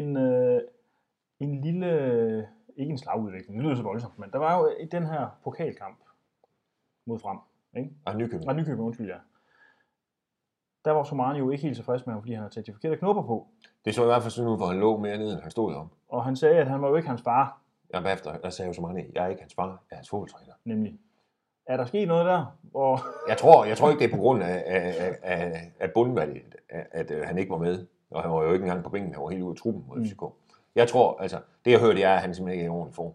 en lille, ikke en slagudvikling, det lyder så voldsomt, men der var jo i den her pokalkamp mod Frem, ikke? Nykøbing, undskyld, ja. Der var Somani jo ikke helt tilfreds med ham, fordi han havde taget de forkerte knopper på. Det så i hvert fald sådan ud, hvor han lå mere nede, end han stod om. Og han sagde, at han var jo ikke hans far. Ja, bagefter, der sagde jo Somani, jeg er ikke hans far, jeg er hans fodboldtræner. Nemlig. Er der sket noget der? Hvor... Jeg tror ikke, det er på grund af bundvalget, at han ikke var med. Og han var jo ikke engang på bænken, han var helt ude af truppen mod FCK. Jeg tror, altså, det jeg hørte, er, at han simpelthen ikke er i ordentlig form.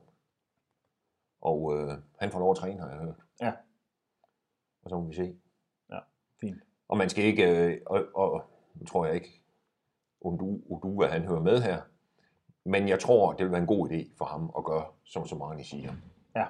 Og han får lov at træne, har jeg hørt. Ja. Og så må vi se. Ja, fint. Og man skal ikke, og nu tror jeg ikke, Odua, han hører med her. Men jeg tror, det vil være en god idé for ham at gøre, som Somani siger. Ja.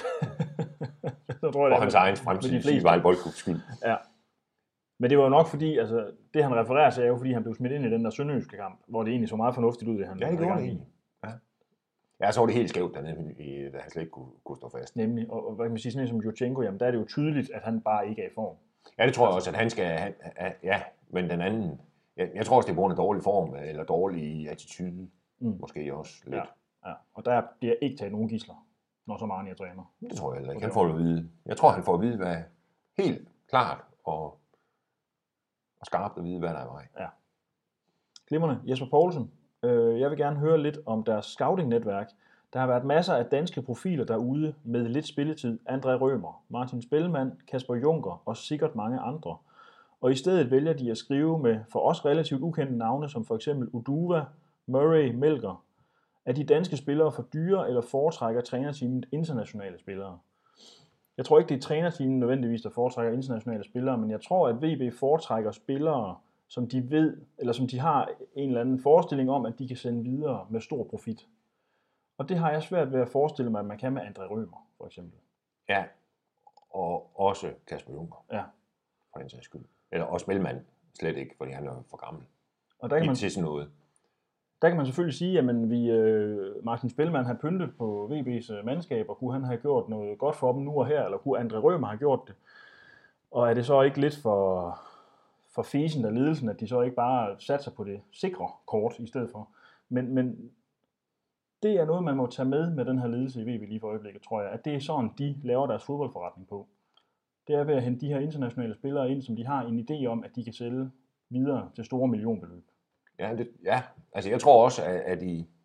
Så tror jeg, for hans egen fremtid, sige Vejle Boldklubs skyld. Ja. Men det var jo nok fordi, altså det han refererer til er jo fordi, han blev smidt ind i den der sønderjyske kamp, hvor det egentlig så meget fornuftigt ud, det han. Ja, det gjorde det. Ja, så var det helt skævt dernede, da han slet ikke kunne stå fast. Nemlig, og hvad kan man sige, sådan en som Jurchenko, jamen der er det jo tydeligt, at han bare ikke er i form. Ja, det tror jeg også, at han skal, ja, men den anden, jeg tror også, det er på grund af dårlig form, eller dårlig attitude, måske også lidt. Ja, og der bliver ikke taget nogen gidsler, når så mange er træner. Det tror jeg heller ikke. Han får det at vide. Jeg tror, han får at vide, hvad helt klart og skarpt at vide, hvad der er vej. Ja. Glimrende. Jesper Poulsen, jeg vil gerne høre lidt om deres scouting-netværk. Der har været masser af danske profiler derude med lidt spilletid. André Rømer, Martin Spellmann, Kasper Junker og sikkert mange andre. Og i stedet vælger de at skrive med for os relativt ukendte navne, som for eksempel Udua, Murray, Melker. Er de danske spillere for dyre, eller foretrækker trænerteamet internationale spillere? Jeg tror ikke, det er trænerteamet nødvendigvis, der foretrækker internationale spillere, men jeg tror, at VB foretrækker spillere, som de ved, eller som de har en eller anden forestilling om, at de kan sende videre med stor profit. Og det har jeg svært ved at forestille mig, at man kan med André Rømer, for eksempel. Ja, og også Kasper Junker. Ja. For den sags skyld. Eller også Spellmann, slet ikke, fordi han er for gammel. Og der kan man til sådan noget. Der kan man selvfølgelig sige, at Martin Spellmann har pyntet på VB's mandskab, og kunne han have gjort noget godt for dem nu og her, eller kunne André Rømer have gjort det? Og er det så ikke lidt for fesen af ledelsen, at de så ikke bare satser på det sikre kort i stedet for? Men det er noget, man må tage med den her ledelse i VB lige for øjeblikket, tror jeg, at det er sådan, de laver deres fodboldforretning på. Det er ved at hente de her internationale spillere ind, som de har en idé om, at de kan sælge videre til store millionbeløb. Ja, altså jeg tror også, at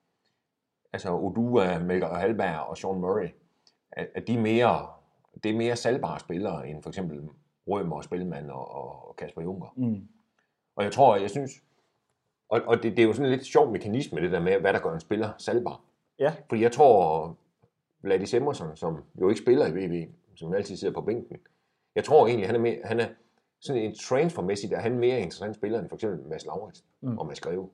Odua, Melker og Hallberg og Sean Murray, at det er mere salgbare spillere end for eksempel Rømer og Spellmann og Kasper Junker. Mm. Og jeg synes, og det er jo sådan en lidt sjov mekanisme, det der med, hvad der gør en spiller salgbar. Ja. Fordi jeg tror, Vladis Emerson, som jo ikke spiller i VB, som altid sidder på bænken, jeg tror egentlig, han er sådan en transfermæssigt, er han mere interessant spiller end for eksempel Mads Lauritsen og Mads Greve.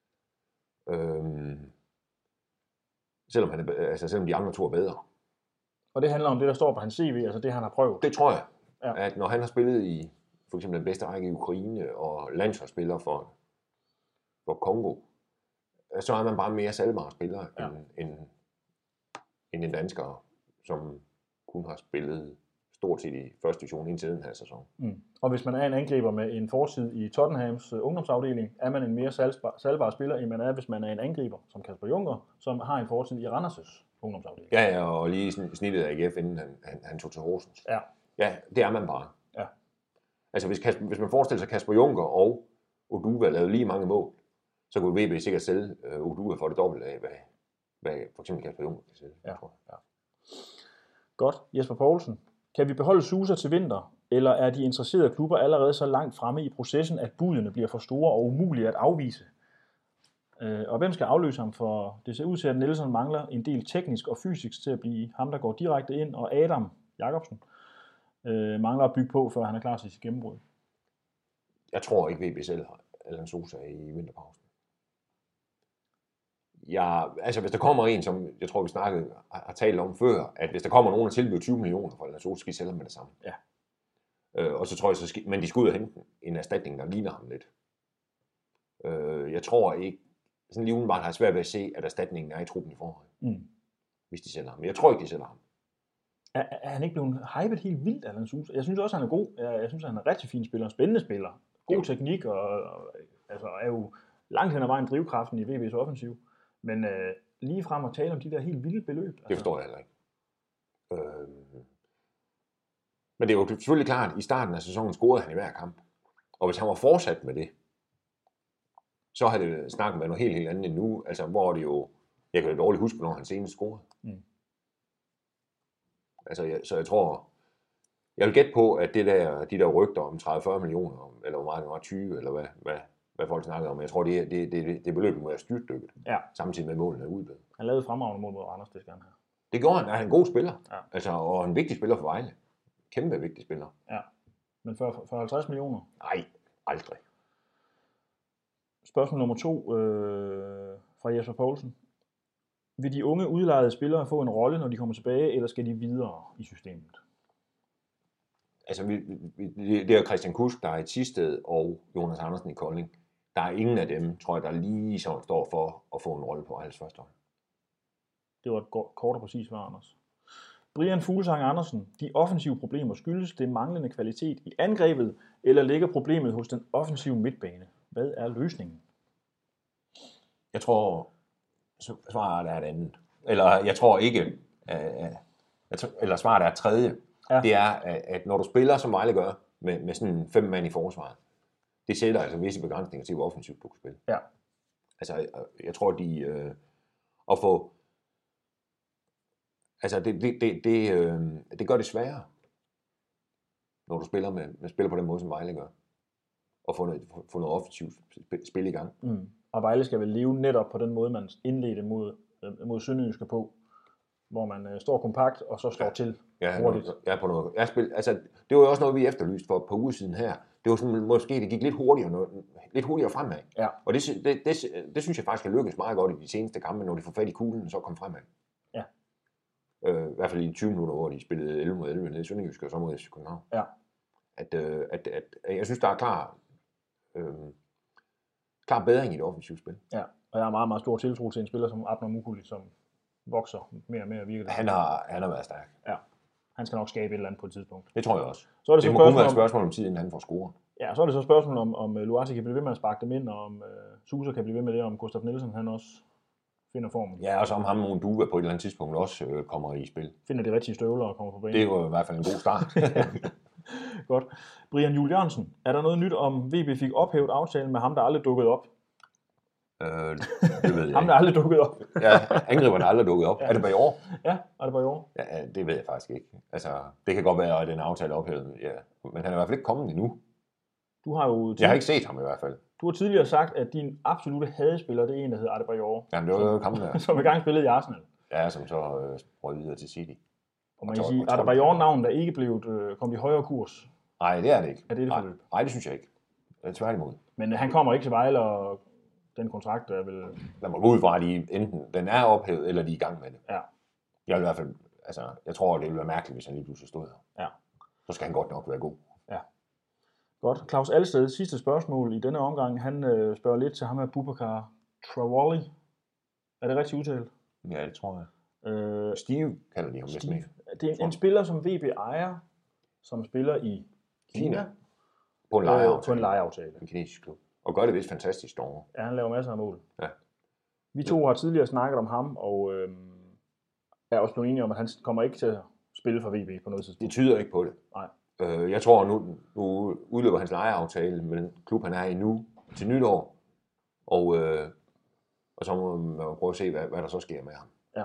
Selvom de andre to er bedre. Og det handler om det, der står på hans CV, altså det, han har prøvet. Det tror jeg. Ja. At når han har spillet i for eksempel den bedste række i Ukraine og landsholdsspiller for Kongo, så er man bare mere salgbare spiller end en dansker, som kun har spillet stort set i første division indtil den her sæson. Mm. Og hvis man er en angriber med en fortid i Tottenhams ungdomsafdeling, er man en mere salgbar spiller, end man er, hvis man er en angriber, som Kasper Junker, som har en fortid i Randers' ungdomsafdeling. Ja, og lige snittet af AGF, inden han tog til Horsens. Ja, det er man bare. Ja. Altså hvis man forestiller sig Kasper Junker og Odua lavede lige mange mål, så kunne VB sikkert sælge Odua for det dobbelte af, hvad for eksempel Kasper Junker kan sælge. Ja. Godt. Jesper Poulsen. Kan vi beholde Sousa til vinter, eller er de interesserede klubber allerede så langt fremme i processen, at budene bliver for store og umulige at afvise? Og hvem skal afløse ham? For det ser ud til, at Nielsen mangler en del teknisk og fysisk til at blive ham, der går direkte ind, og Adam Jacobsen mangler at bygge på, før han er klar til sit gennembrud. Jeg tror ikke, VB selv har Allan Sousa i vinterpausen. Hvis der kommer en, som jeg tror, vi har talt om før, at hvis der kommer nogen, der tilbyder 20 millioner for Allan Sousa, skal de sælge med det samme. Ja. Og så tror jeg, men de skal ud og hente en erstatning, der ligner ham lidt. Jeg tror ikke, sådan lige udenbart har jeg svært ved at se, at erstatningen er i truppen i forvejen. hvis de sælger ham. Men jeg tror ikke, de sælger ham. Er han ikke blevet hypet helt vildt, Alan Sousa? Jeg synes også, han er god. Jeg synes, han er en rigtig fin spiller. Spændende spiller. God teknik, og altså, er jo langt hen ad vejen drivkraften i VB's offensiv. Men lige frem at tale om de der helt vilde beløb. Altså. Det forstår jeg heller ikke. Men det er jo selvfølgelig klart, at i starten af sæsonen scorede han i hver kamp. Og hvis han var fortsat med det, så havde det snakket med noget helt andet end nu. Altså, hvor det jo... Jeg kan jo dårligt huske, hvornår han senest scorede. Altså, så jeg tror... Jeg vil gætte på, at de der rygter om 30-40 millioner, eller hvor meget det var, 20, eller hvad folk snakkede om, jeg tror, det beløb må være styrtdykket. Ja. Samtidig med målene er udblevet. Han lavede fremragende mål mod Randers, det skal han have. Det gjorde han. Er han en god spiller. Ja. Altså, og en vigtig spiller for Vejle. Kæmpe vigtig spiller. Ja. Men for 50 millioner? Nej, aldrig. Spørgsmål nummer 2 fra Jesper Poulsen. Vil de unge udlejede spillere få en rolle, når de kommer tilbage, eller skal de videre i systemet? Altså, det er Christian Kusk, der er i Thisted, og Jonas Andersen i Kolding. Der er ingen af dem, tror jeg, der lige sådan står for at få en rolle på Vejles første hold. Det var et kort og præcist svar, Anders. Brian Fuglsang Andersen. De offensive problemer skyldes det manglende kvalitet i angrebet, eller ligger problemet hos den offensive midtbane? Hvad er løsningen? Jeg tror, svaret er et andet. Eller jeg tror ikke, eller svaret er et tredje. Ja. Det er, at når du spiller, som Vejle gør, med sådan 5 mand i forsvaret, det sætter altså visse begrænsninger til, hvor offensivt du kan spille. Ja. Altså, jeg tror, at få... Altså, det gør det sværere, når du spiller på den måde, som Vejle gør, og få noget offensivt spil i gang. Og Vejle skal vel leve netop på den måde, man indledte mod Sønderjyske på, hvor man står kompakt, og så slår til hurtigt. Ja, på noget. Altså, det var jo også noget, vi efterlyste for et par uger siden her. Det var sådan, måske det gik lidt hurtigere fremad. Ja. Og det synes jeg faktisk har lykkedes meget godt i de seneste kampe, når de får fat i kuglen, og så kom fremad. Ja. I hvert fald i 20 minutter, hvor de spillede 11 mod 11 nede i Sønderjysk, og så mod FC København. Ja. At jeg synes, der er klar bedring i det offensive spil. Ja, og jeg har meget, meget stor tiltro til en spiller som Abner Mukuli, som vokser mere og mere virkelig. Han har været stærk. Ja. Han skal nok skabe et eller andet på et tidspunkt. Det tror jeg også. Så er det må kun være et spørgsmål om tid, inden han får scoret. Ja, så er det så et spørgsmål om Luati kan blive ved med at sparke dem ind, og om Sousa kan blive ved med det, og om Gustav Nielsen han også finder formen. Ja, og så om ham og Duva på et eller andet tidspunkt også kommer i spil. Finder de rigtige støvler og kommer på banen. Det er jo i hvert fald en god start. Godt. Brian Juel Jørgensen, er der noget nyt om VB fik ophævet aftalen med ham, der aldrig dukkede op? Det ved jeg ham, der aldrig dukkede op. Ja, angriberne aldrig dukket op. Ja. Er det bare i år? Ja, er det bare i år? Ja, det ved jeg faktisk ikke. Altså, det kan godt være, at den aftale er ophævet. Ja. Men han er i hvert fald ikke kommet endnu. Jeg har ikke set ham i hvert fald. Du har tidligere sagt, at din absolutte hadespiller, det er en, der hedder Adebayor. Jamen, det var jo kampen der. Som i gang spillede i Arsenal. Ja, som så røg videre til City. Og man kan sige, Adebayor-navn, der ikke blev kommet i højere kurs. Nej, det er det ikke. Er det forløb? Nej, det synes jeg ikke. Det er tværtimod. Men han kommer ikke til Vejle, og den kontrakt er vel... Lad mig gå ud fra, at enten den er ophævet, eller de er i gang med det. Ja. Jeg vil i hvert fald, altså, jeg tror, det ville være mærkeligt, hvis han lige pludselig stod her. Ja. Så skal han godt nok være god. Ja. Godt. Claus Alsted, sidste spørgsmål i denne omgang. Han spørger lidt til ham af Boubacar Traoré. Er det rigtigt udtalt? Ja, det tror jeg. Steve kalder de ham lidt mere. Det er en spiller, som VB ejer, som spiller i Kina. På en lejeaftale. En kinesisk klub. Og gør det vist fantastisk derovre. Ja, han laver masser af mål. Ja. Vi to har tidligere snakket om ham, og er også blevet enige om, at han kommer ikke til at spille for VB på noget tidspunkt. Det tyder ikke på det. Nej. Jeg tror, nu udløber hans lejeaftale med den klub, han er i nu, til nytår. Og så må man prøve at se, hvad der så sker med ham. Ja.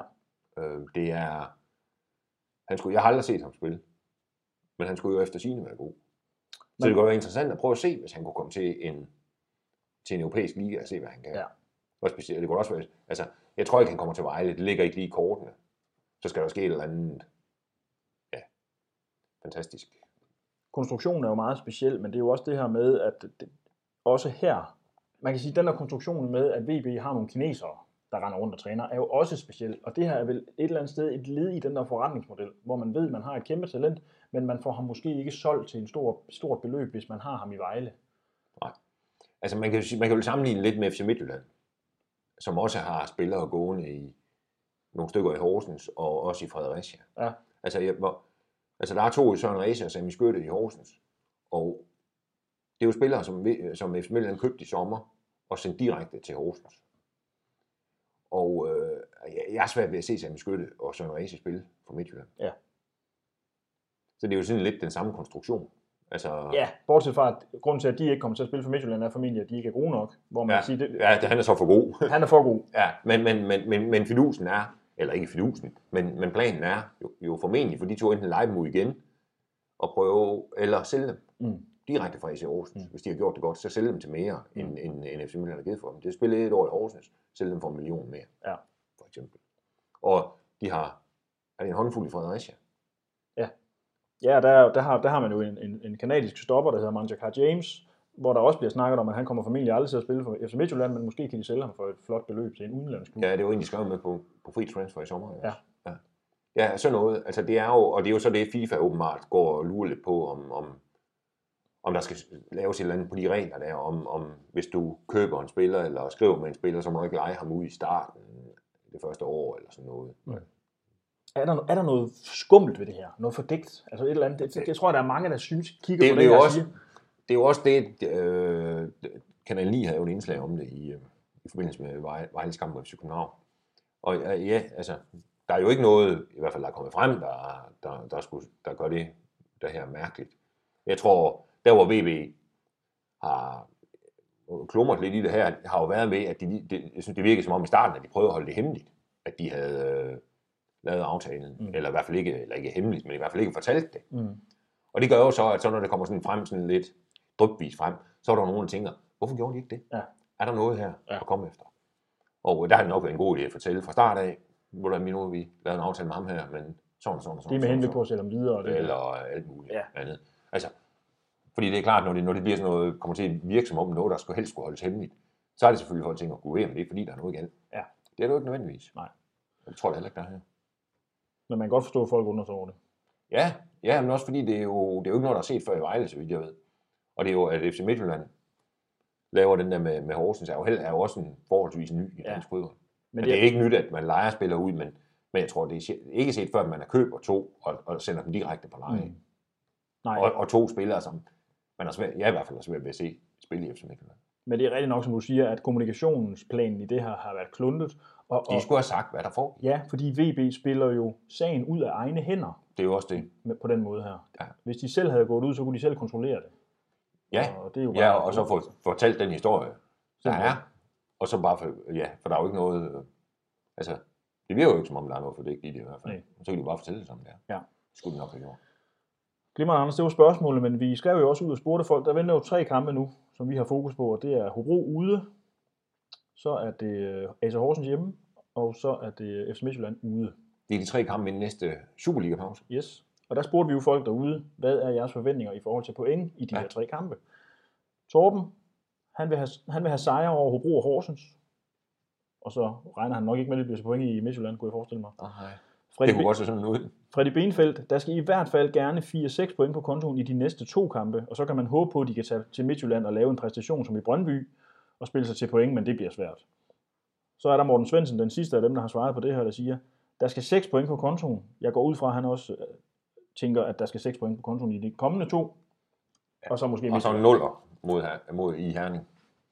Jeg har aldrig set ham spille. Men han skulle jo efter sigende være god. Så det kunne være interessant at prøve at se, hvis han kunne komme til en europæisk liga og se, hvad han kan. Ja. Og specielt, det kunne også være, altså, jeg tror ikke, han kommer til Vejle. Det ligger ikke lige i kortene. Så skal der ske et eller andet, ja, fantastisk. Konstruktionen er jo meget speciel, men det er jo også det her med, at også her, man kan sige, at den der konstruktion med, at VB har nogle kinesere, der render rundt og træner, er jo også speciel. Og det her er vel et eller andet sted et led i den der forretningsmodel, hvor man ved, at man har et kæmpe talent, men man får ham måske ikke solgt til en stort beløb, hvis man har ham i Vejle. Nej. Altså man kan jo sammenligne lidt med FC Midtjylland, som også har spillere gående nogle stykker i Horsens, og også i Fredericia. Ja. Altså der er 2 i Søren Ræse og Sammy Skytte i Horsens, og det er jo spillere, som FC Midtjylland købte i sommer, og sendt direkte til Horsens. Og jeg er svært ved at se Sammy Skytte og Søren Ræse spille for Midtjylland. Ja. Så det er jo sådan lidt den samme konstruktion. Altså, ja, bortset fra, at grunden til, at de ikke kommer til at spille for Midtjylland, er formentlig, at de ikke er gode nok. Hvor man siger, han er så for god. Han er for god. Ja, men fidusen er, eller ikke fidusen, men planen er jo formentlig, for de to enten lege dem ud igen, og prøve, eller sælge dem direkte fra AC Horsens. Hvis de har gjort det godt, så sælge dem til mere, end FC Midtjylland har givet for dem. Det spiller 1 år i Horsens, sælge dem for 1 million mere, for eksempel. Og de har, er det en håndfuld i Fredericia? Ja, der har man jo en kanadisk stopper, der hedder Manjakar James, hvor der også bliver snakket om, at han kommer formentlig aldrig til at spille for FC Midtjylland, men måske kan de sælge ham for et flot beløb til en udenlandsklub. Ja, det var en, de skrev med på free transfer i sommer. Ja, sådan noget. Altså det er jo, og det er jo så det, FIFA åbenbart går og lurer lidt på, om der skal laves et eller andet på de regler der, om hvis du køber en spiller, eller skriver med en spiller, så må du ikke lege ham ud i starten det første år, eller sådan noget. Er der noget skummelt ved det her? Noget fordækt? Altså et eller andet? Det tror jeg, der er mange, der kigger på det her og siger. Det er jo også det, Kanal 9 havde jo et indslag om det i forbindelse med Vejles kamp mod FC København. Og ja, altså, der er jo ikke noget, i hvert fald der er kommet frem, der gør det der her mærkeligt. Jeg tror, der hvor VB har klumret lidt i det her, har jo været med, at jeg synes, det virkede som om i starten, at de prøvede at holde det hemmeligt, at de havde lavet aftalen, eller i hvert fald ikke hemmeligt, men i hvert fald ikke fortalt det. Og det gør jo så, at så når det kommer sådan frem, sådan lidt drypvis frem, så er der nogen, der tænker, hvorfor gjorde de ikke det? Ja. Er der noget her at komme efter? Og der har det nok været en god idé at fortælle fra start af, hvordan vi lavede en aftale med ham her, men sådan. Det er med henblik på at sætte dem videre. Eller alt muligt andet. Altså, fordi det er klart, når det bliver sådan noget, kommer til at virke som om noget, der helst skulle holdes hemmeligt, så er det selvfølgelig folk tænker, gud, men det er fordi, der er noget galt. Ja. Det er det jo ikke nødvendigvis. Nej. Jeg tror det heller ikke, der er her. Men man kan godt forstå, at folk undrer sig over det. Ja, men også fordi det er jo ikke noget, der er set før i Vejle, så vidt jeg ved. Og det er jo, at FC Midtjylland laver den der med Horsens, er jo også en forholdsvis ny i dansk fodbold. Men det er ikke nyt, at man lejer spillere ud, men jeg tror, det er ikke set før, at man har køber 2 og sender dem direkte på leje. Nej. Og 2 spillere, som man har svært, jeg i hvert fald har svært ved at se spille i FC Midtjylland. Men det er rigtigt nok, som du siger, at kommunikationsplanen i det her har været kluntet. De skulle have sagt, hvad der får. Ja, fordi VB spiller jo sagen ud af egne hænder. Det er jo også det. På den måde her. Ja. Hvis de selv havde gået ud, så kunne de selv kontrollere det. Ja, og det er jo bare og så få fortalt den historie, der er. Og så bare, for der er jo ikke noget, altså, det virker jo ikke som om, der er noget fordækt i det i hvert fald. Så kan de bare fortælle det som det er. Ja. Det skulle de nok have gjort. Glimrende, Anders, det var spørgsmålet, men vi skrev jo også ud og spurgte folk. Der venter jo 3 kampe nu, som vi har fokus på, og det er Hobro ude, så er det AC Horsens hjemme, og så er det FC Midtjylland ude. Det er de 3 kampe i næste Superliga-pause. Yes, og der spurgte vi jo folk derude, hvad er jeres forventninger i forhold til point i de her 3 kampe? Torben, han vil have sejre over Hobro og Horsens, og så regner han nok ikke med, at det bliver til point i Midtjylland, kunne jeg forestille mig. Det kunne godt se sådan ud. Freddy Benfeldt, der skal i hvert fald gerne 4-6 point på kontoen i de næste 2 kampe, og så kan man håbe på, at de kan tage til Midtjylland og lave en præstation som i Brøndby, og spille sig til point, men det bliver svært. Så er der Morten Svendsen, den sidste af dem, der har svaret på det her, der siger, der skal 6 point på kontoen. Jeg går ud fra, at han også tænker, at der skal 6 point på kontoen i de kommende 2, og så måske... Og så 0'er mod i Herning.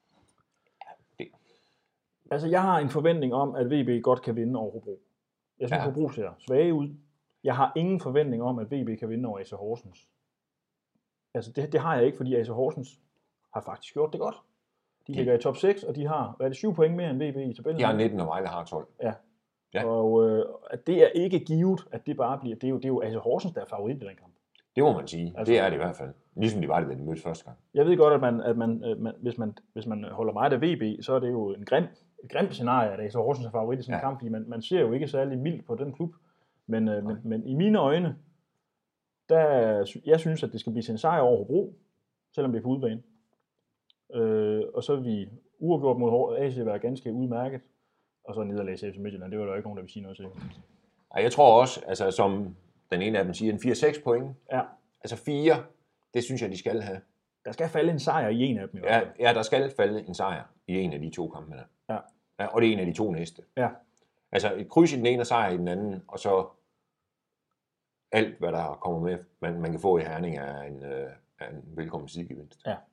Altså, jeg har en forventning om, at VB godt kan vinde over Hobro. Jeg synes, Hobro ser svage ud. Jeg har ingen forventning om, at VB kan vinde over AC Horsens. Altså, det har jeg ikke, fordi AC Horsens har faktisk gjort det godt. De ligger i top 6, og de har, 7 point mere end VB i tabellen? De har 19, og Vejle har 12. Ja. Og at det er ikke givet, at det bare bliver... Det er jo AC Horsens, der er favorit i den kamp. Det må man sige. Altså, det er det i hvert fald. Ligesom de var det, da de mødtes første gang. Jeg ved godt, at hvis man holder meget af VB, så er det jo et grimt scenarie, at AC Horsens er favorit i sådan en kamp, fordi man ser jo ikke særlig mildt på den klub. Men i mine øjne, jeg synes, at det skal blive til en sejr over Hobro, selvom det er på udebane. Og så vil vi uafgjort mod AC være ganske udmærket, og så nederlag til FC Midtjylland. Det var der ikke nogen, der vil sige noget til. Jeg tror også, altså som den ene af dem siger, en 4-6 point. Ja. Altså 4, det synes jeg, de skal have. Der skal falde en sejr i en af dem. Ja, der skal falde en sejr i en af de 2 kampe. Ja. Og det er en af de 2 næste. Ja. Altså et kryds i den ene og sejr i den anden, og så alt, hvad der kommer med, man kan få i Herning, er en velkommen sidegevinst. Ja.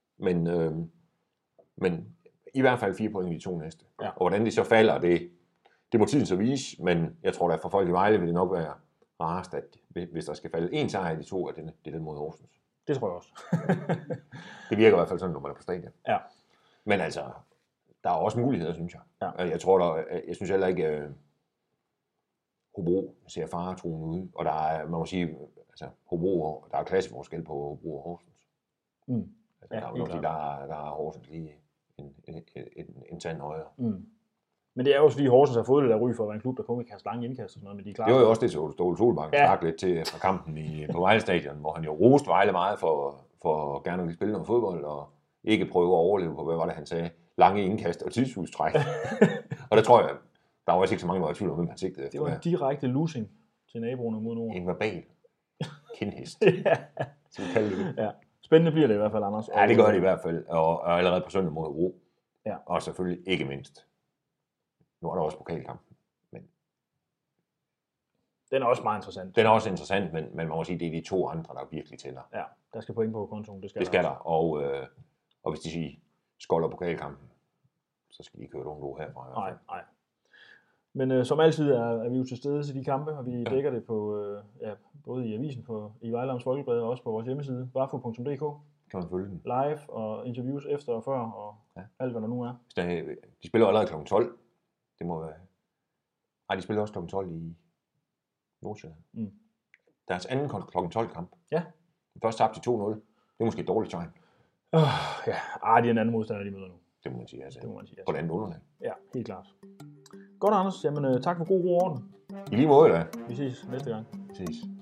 Men i hvert fald 4 point i de 2 næste. Ja. Og hvordan de så falder, det må tiden så vise, men jeg tror, at for folk i Vejle vil det nok være rarest, at hvis der skal falde en sejr i de 2, at det er den mod Horsens. Det tror jeg også. Det virker i hvert fald sådan, når man er på stadion. Ja. Men altså, der er også muligheder, synes jeg. Ja. Jeg synes heller ikke, Hobro ser faretruende ud, og der er, man må sige, altså Hobro, der er klasseforskel på Hobro og Horsens. Altså, der er Horsens lige en tand højere. Men det er jo også fordi Horsens har fået det der ry for at være en klub, der kun kan kaste lange indkast og sådan noget, men de er klar. Det var jo også det, Ståle Solbakken stak lidt til fra kampen på Vejle Stadion, hvor han jo roste Vejle meget for gerne at ville spille noget fodbold, og ikke prøve at overleve på, hvad var det, han sagde, lange indkast og tidsudstræk. Og der tror jeg, der var også ikke så mange, der var i tvivl om, hvem han sigtede efter. Det var en direkte losing til naboerne mod nord. En verbal kindhest. Så vi kalder det. Ja. Spændende bliver det i hvert fald, Anders. Ja, det gør det i hvert fald, og allerede på søndag mod Hobro. Ja. Og selvfølgelig ikke mindst. Nu er der også pokalkampen. Men den er også meget interessant. Den er også interessant, men man må sige, det er de 2 andre, der virkelig tæller. Ja, der skal point på kontoen. Det skal der. Og hvis de skolder pokalkampen, så skal de køre nogle herfra. Nej. Men som altid er vi jo til stede til de kampe, og vi dækker det på både i avisen i Vejle Amts Folkeblad og også på vores hjemmeside, varfo.dk. Kan man følge den. Live og interviews efter og før og alt, hvad der nu er. De spiller allerede kl. 12. Det må være... Nej, de spiller også kl. 12 i Nordsjælland. Deres anden kl. 12 kamp. Ja. Den første tabte til 2-0. Det er måske et dårligt tegn. Det er en anden modstander, de møder nu. Det må man sige, altså. På et andet underlag. Ja, helt klart. Godt, Anders. Jamen, tak for god ro og orden. I lige måde, da. Vi ses næste gang. Vi ses.